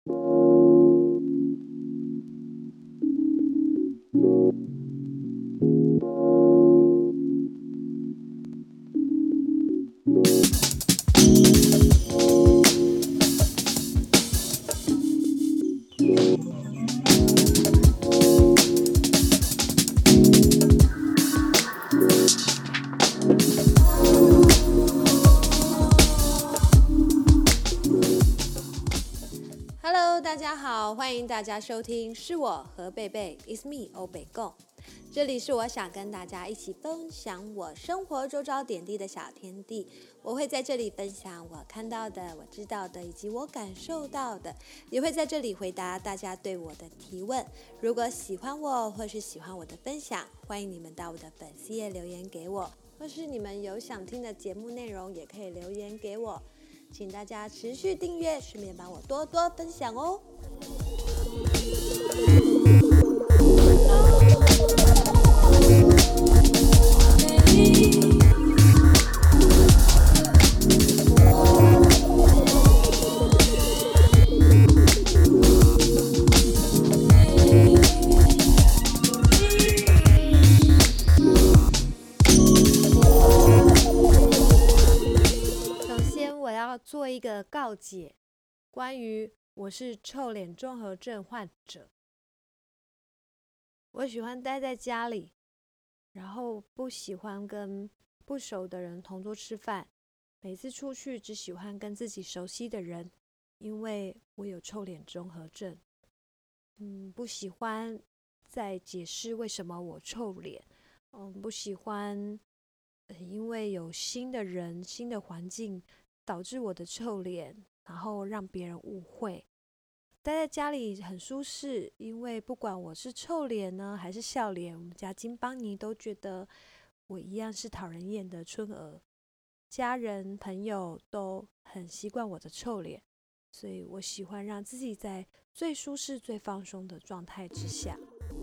Hello， 大家好，欢迎大家收听是我和贝贝 It's me 欧北共。这里是我想跟大家一起分享我生活周遭点滴的小天地，我会在这里分享我看到的、我知道的以及我感受到的，也会在这里回答大家对我的提问。如果喜欢我或是喜欢我的分享，欢迎你们到我的粉丝页留言给我，或是你们有想听的节目内容也可以留言给我，请大家持续订阅，顺便帮我多多分享哦。首先，我要做一个告解，关于我是臭脸综合症患者。我喜欢待在家里，然后不喜欢跟不熟的人同桌吃饭，每次出去只喜欢跟自己熟悉的人，因为我有臭脸综合症。不喜欢再解释为什么我臭脸，不喜欢因为有新的人、新的环境导致我的臭脸，然后让别人误会。待在家里很舒适，因为不管我是臭脸呢还是笑脸，我们家金邦尼都觉得我一样是讨人厌的春娥。家人朋友都很习惯我的臭脸，所以我喜欢让自己在最舒适、最放松的状态之下。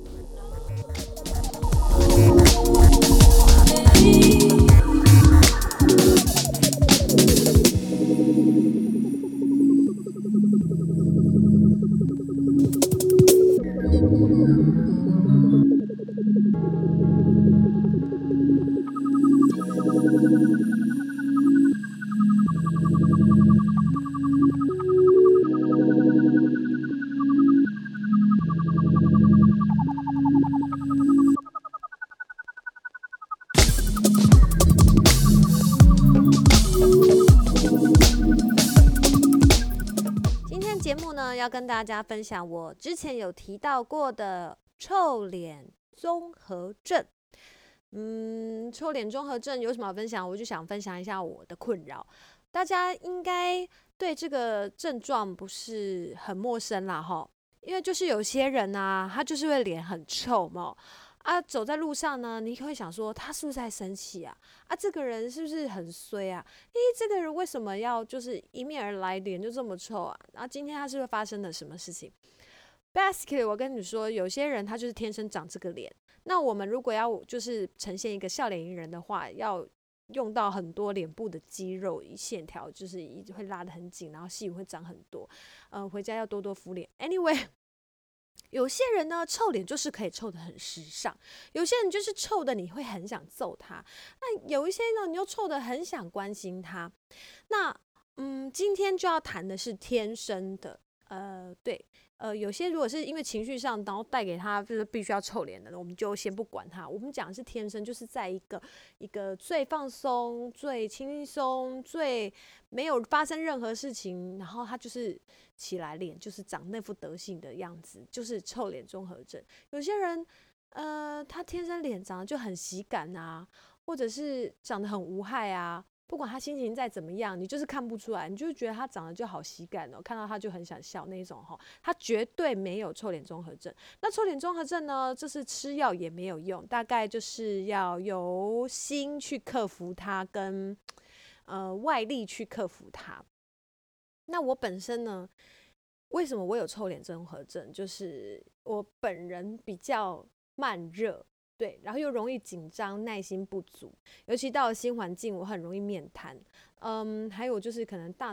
今天节目呢，要跟大家分享我之前有提到过的臭脸综合症。臭脸综合症有什么好分享？我就想分享一下我的困扰。大家应该对这个症状不是很陌生啦齁，因为就是有些人啊，他就是会脸很臭嘛。走在路上呢，你会想说他是不是在生气啊？这个人是不是很衰啊？这个人为什么要就是迎面而来，脸就这么臭啊？然后今天他是不是发生了什么事情？Basically， 我跟你说，有些人他就是天生长这个脸。那我们如果要就是呈现一个笑脸迎人的话，要用到很多脸部的肌肉线条，就是会拉得很紧，然后细纹会长很多。回家要多多敷脸。Anyway。有些人呢，臭脸就是可以臭得很时尚；有些人就是臭的你会很想揍他。那有一些呢，你又臭得很想关心他。那今天就要谈的是天生的，对，有些如果是因为情绪上，然后带给他就是必须要臭脸的，我们就先不管他。我们讲的是天生，就是在一个最放松、最轻松、最没有发生任何事情，然后他就是起来脸就是长那副德性的样子，就是臭脸综合症。有些人，他天生脸长得就很喜感啊，或者是长得很无害啊。不管他心情再怎么样，你就是看不出来，你就觉得他长得就好喜感哦，看到他就很想笑那种齁。他绝对没有臭脸综合症。那臭脸综合症呢，就是吃药也没有用，大概就是要由心去克服它，跟外力去克服它。那我本身呢，为什么我有臭脸综合症？就是我本人比较慢热，对，然后又容易紧张，耐心不足，尤其到了新环境，我很容易面瘫。还有就是可能大脑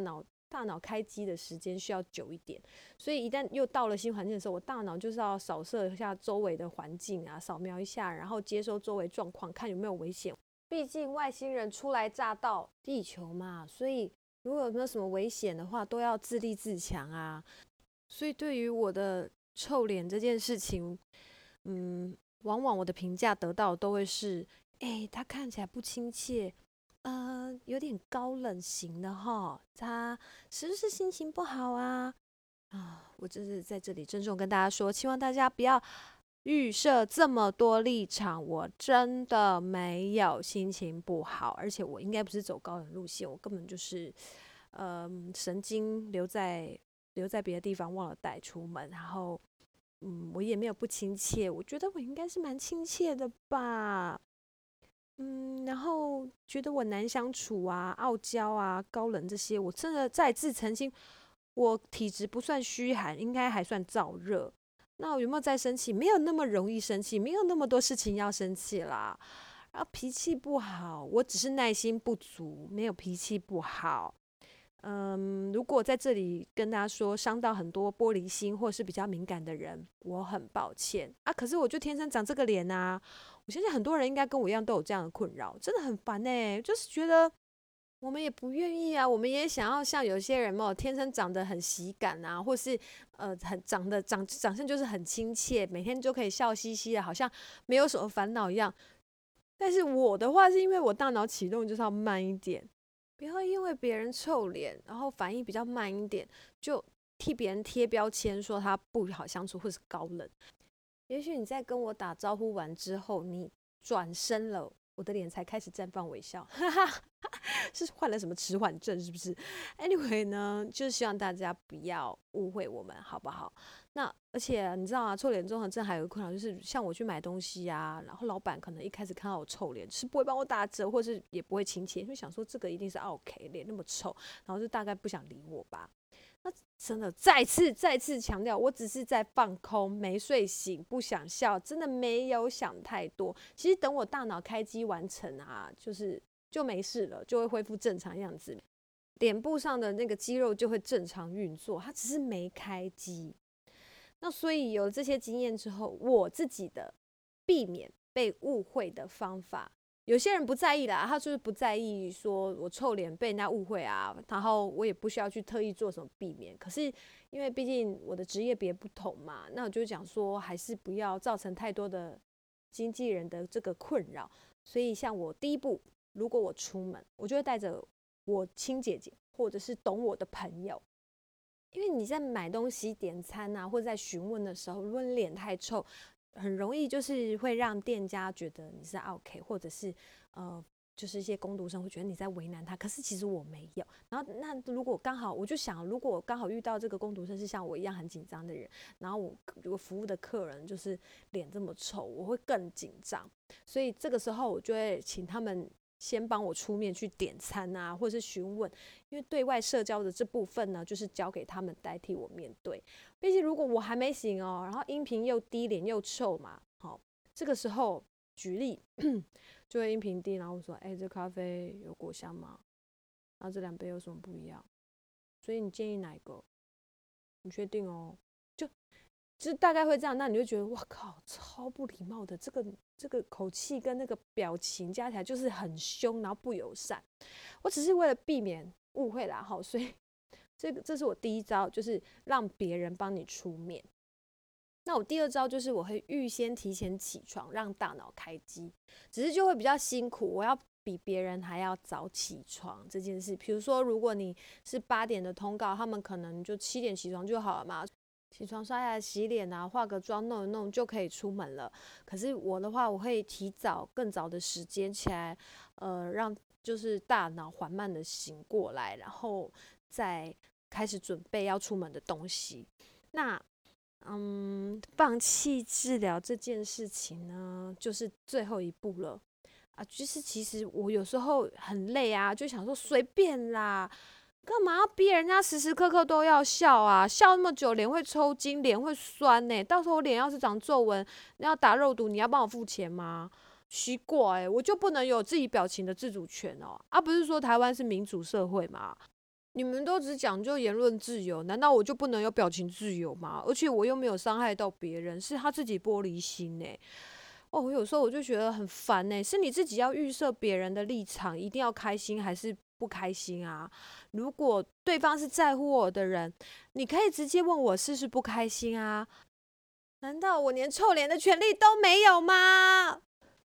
大脑开机的时间需要久一点，所以一旦又到了新环境的时候，我大脑就是要扫射一下周围的环境啊，扫描一下，然后接收周围状况，看有没有危险。毕竟外星人初来乍到地球嘛，所以如果有没有什么危险的话，都要自立自强啊。所以对于我的臭脸这件事情，往往我的评价得到的都会是，他看起来不亲切，有点高冷型的哈，他是不是心情不好啊？我真是在这里郑重跟大家说，希望大家不要预设这么多立场，我真的没有心情不好，而且我应该不是走高冷路线，我根本就是，神经留在别的地方忘了带出门，然后，我也没有不亲切，我觉得我应该是蛮亲切的吧。然后觉得我难相处啊、傲娇啊、高冷这些，我真的再次澄清，我体质不算虚寒，应该还算燥热。那我有没有在生气？没有那么容易生气，没有那么多事情要生气啦。然后脾气不好，我只是耐心不足，没有脾气不好。如果在这里跟大家说伤到很多玻璃心或是比较敏感的人，我很抱歉啊。可是我就天生长这个脸啊，我相信很多人应该跟我一样都有这样的困扰，真的很烦就是觉得我们也不愿意啊，我们也想要像有些人嘛，天生长得很喜感啊，或是很长相就是很亲切，每天就可以笑嘻嘻的，好像没有什么烦恼一样。但是我的话是因为我大脑启动就是要慢一点，不要因为别人臭脸，然后反应比较慢一点，就替别人贴标签说他不好相处或是高冷。也许你在跟我打招呼完之后，你转身了，我的脸才开始绽放微笑，哈哈，是患了什么迟缓症是不是？Anyway 呢，就是希望大家不要误会我们，好不好？那而且你知道啊，臭脸综合症还有一个困扰，就是像我去买东西啊，然后老板可能一开始看到我臭脸，是不会帮我打折，或是也不会亲切，因为想说这个一定是 OK 脸那么臭，然后就大概不想理我吧。那真的再次强调，我只是在放空，没睡醒，不想笑，真的没有想太多。其实等我大脑开机完成啊，就没事了，就会恢复正常样子，脸部上的那个肌肉就会正常运作，它只是没开机。那所以有了这些经验之后，我自己的避免被误会的方法，有些人不在意啦，他就是不在意说我臭脸被人家误会啊，然后我也不需要去特意做什么避免。可是因为毕竟我的职业别不同嘛，那我就讲说还是不要造成太多的经纪人的这个困扰。所以像我第一步，如果我出门，我就会带着我亲姐姐或者是懂我的朋友。因为你在买东西、点餐啊，或者在询问的时候，如果你脸太臭，很容易就是会让店家觉得你是 OK，或者是就是一些工读生会觉得你在为难他。可是其实我没有。然后那如果刚好，我就想，如果我刚好遇到这个工读生是像我一样很紧张的人，然后我如果服务的客人就是脸这么臭，我会更紧张。所以这个时候我就会请他们先帮我出面去点餐啊，或者是询问，因为对外社交的这部分呢，就是交给他们代替我面对。毕竟如果我还没醒哦，然后音频又低，脸又臭嘛，好，这个时候举例就会音频低，然后我说，这咖啡有果香吗？然后这两杯有什么不一样？所以你建议哪一个？你确定哦？就是大概会这样，那你就觉得哇靠，超不礼貌的，这个口气跟那个表情加起来就是很凶，然后不友善。我只是为了避免误会啦，好，所以这是我第一招，就是让别人帮你出面。那我第二招就是我会预先提前起床，让大脑开机，只是就会比较辛苦，我要比别人还要早起床这件事。比如说，如果你是8点的通告，他们可能就7点起床就好了嘛。起床刷牙洗脸啊，化个妆弄一弄就可以出门了。可是我的话，我会提早更早的时间起来，让就是大脑缓慢的醒过来，然后再开始准备要出门的东西。那放弃治疗这件事情呢，就是最后一步了啊。就是其实我有时候很累啊，就想说随便啦，干嘛要逼人家时时刻刻都要笑啊？笑那么久，脸会抽筋，脸会酸呢。到时候我脸要是长皱纹，要打肉毒，你要帮我付钱吗？奇怪我就不能有自己表情的自主权哦？不是说台湾是民主社会吗？ 你们都只讲究言论自由，难道我就不能有表情自由吗？而且我又没有伤害到别人，是他自己玻璃心欸。我有时候我就觉得很烦欸，是你自己要预设别人的立场，一定要开心还是不开心啊？如果对方是在乎我的人，你可以直接问我是不是不开心啊？难道我连臭脸的权利都没有吗？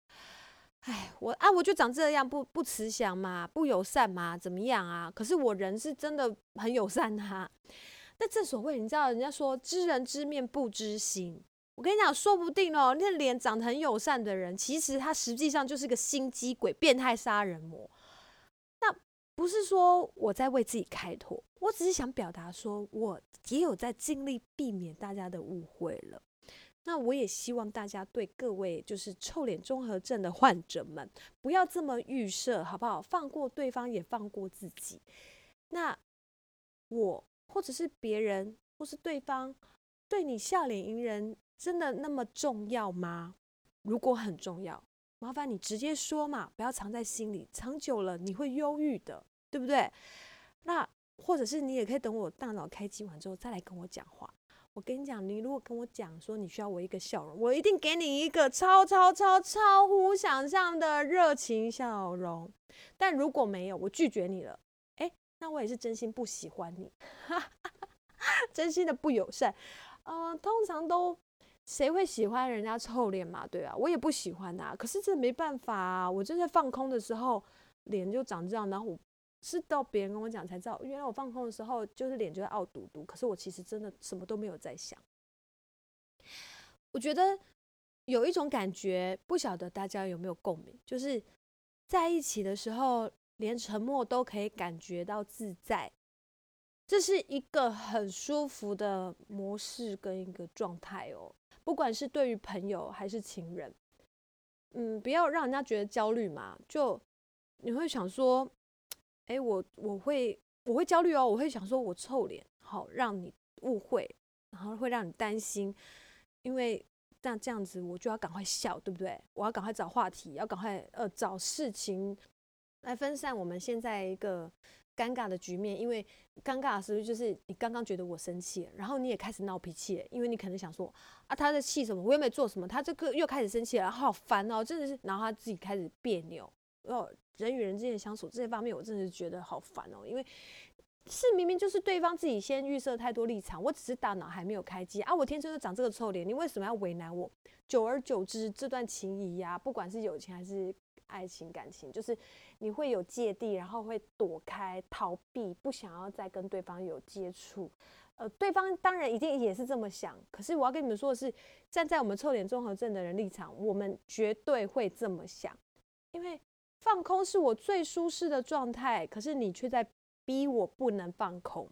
我就长这样，不慈祥嘛，不友善嘛，怎么样啊？可是我人是真的很友善啊。那正所谓，你知道人家说知人知面不知心。我跟你讲，说不定哦，那脸长得很友善的人，其实他实际上就是个心机鬼、变态杀人魔。那不是说我在为自己开脱，我只是想表达说，我也有在尽力避免大家的误会了。那我也希望大家对各位就是臭脸综合症的患者们，不要这么预设，好不好？放过对方，也放过自己。那我或者是别人，或是对方，对你笑脸迎人，真的那么重要吗？如果很重要，麻烦你直接说嘛，不要藏在心里，藏久了你会忧郁的，对不对？那或者是你也可以等我大脑开机完之后再来跟我讲话。我跟你讲，你如果跟我讲说你需要我一个笑容，我一定给你一个超乎想象的热情笑容。但如果没有，我拒绝你了，那我也是真心不喜欢你，真心的不友善。通常都谁会喜欢人家臭脸嘛？对啊，我也不喜欢啊。可是这没办法啊，我正在放空的时候，脸就长这样，然后我是到别人跟我讲才知道，原来我放空的时候就是脸就在凹嘟嘟，可是我其实真的什么都没有在想。我觉得有一种感觉，不晓得大家有没有共鸣，就是在一起的时候，连沉默都可以感觉到自在，这是一个很舒服的模式跟一个状态哦。不管是对于朋友还是情人，不要让人家觉得焦虑嘛，就你会想说，我会焦虑哦，我会想说我臭脸，好让你误会，然后会让你担心，因为这样子我就要赶快笑，对不对？我要赶快找话题，要赶快找事情来分散我们现在一个尴尬的局面。因为尴尬的时候就是你刚刚觉得我生气了，然后你也开始闹脾气了，因为你可能想说啊他在气什么，我又没做什么，他这个又开始生气了，好烦哦，真的是，然后他自己开始别扭。人与人之间的相处这些方面，我真的是觉得好烦哦，因为是明明就是对方自己先预设太多立场，我只是大脑还没有开机啊，我天生就长这个臭脸，你为什么要为难我？久而久之，这段情谊呀，不管是友情还是爱情感情，就是你会有芥蒂，然后会躲开、逃避，不想要再跟对方有接触。对方当然一定也是这么想，可是我要跟你们说的是，站在我们臭脸综合症的人立场，我们绝对会这么想，因为放空是我最舒适的状态，可是你却在逼我不能放空。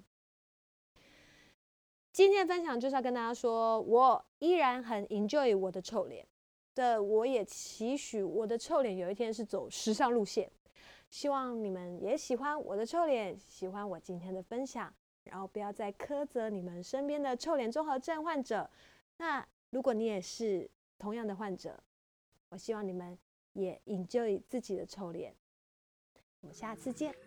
今天的分享就是要跟大家说，我依然很 enjoy 我的臭脸的，我也期许我的臭脸有一天是走时尚路线。希望你们也喜欢我的臭脸，喜欢我今天的分享，然后不要再苛责你们身边的臭脸综合症患者。那如果你也是同样的患者，我希望你们也 enjoy 自己的臭脸。我们下次见。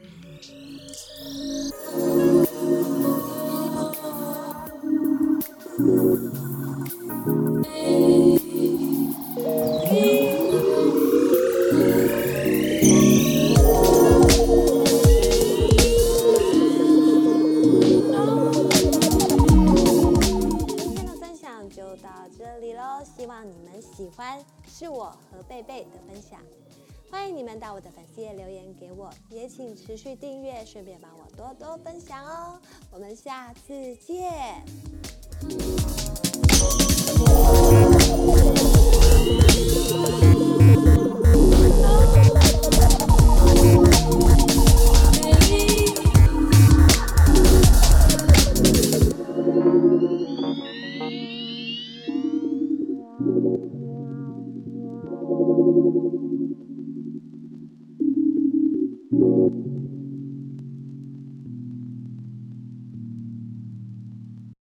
就到这里咯，希望你们喜欢，是我和贝贝的分享。欢迎你们到我的粉丝页留言给我，也请持续订阅，顺便帮我多多分享哦。我们下次见。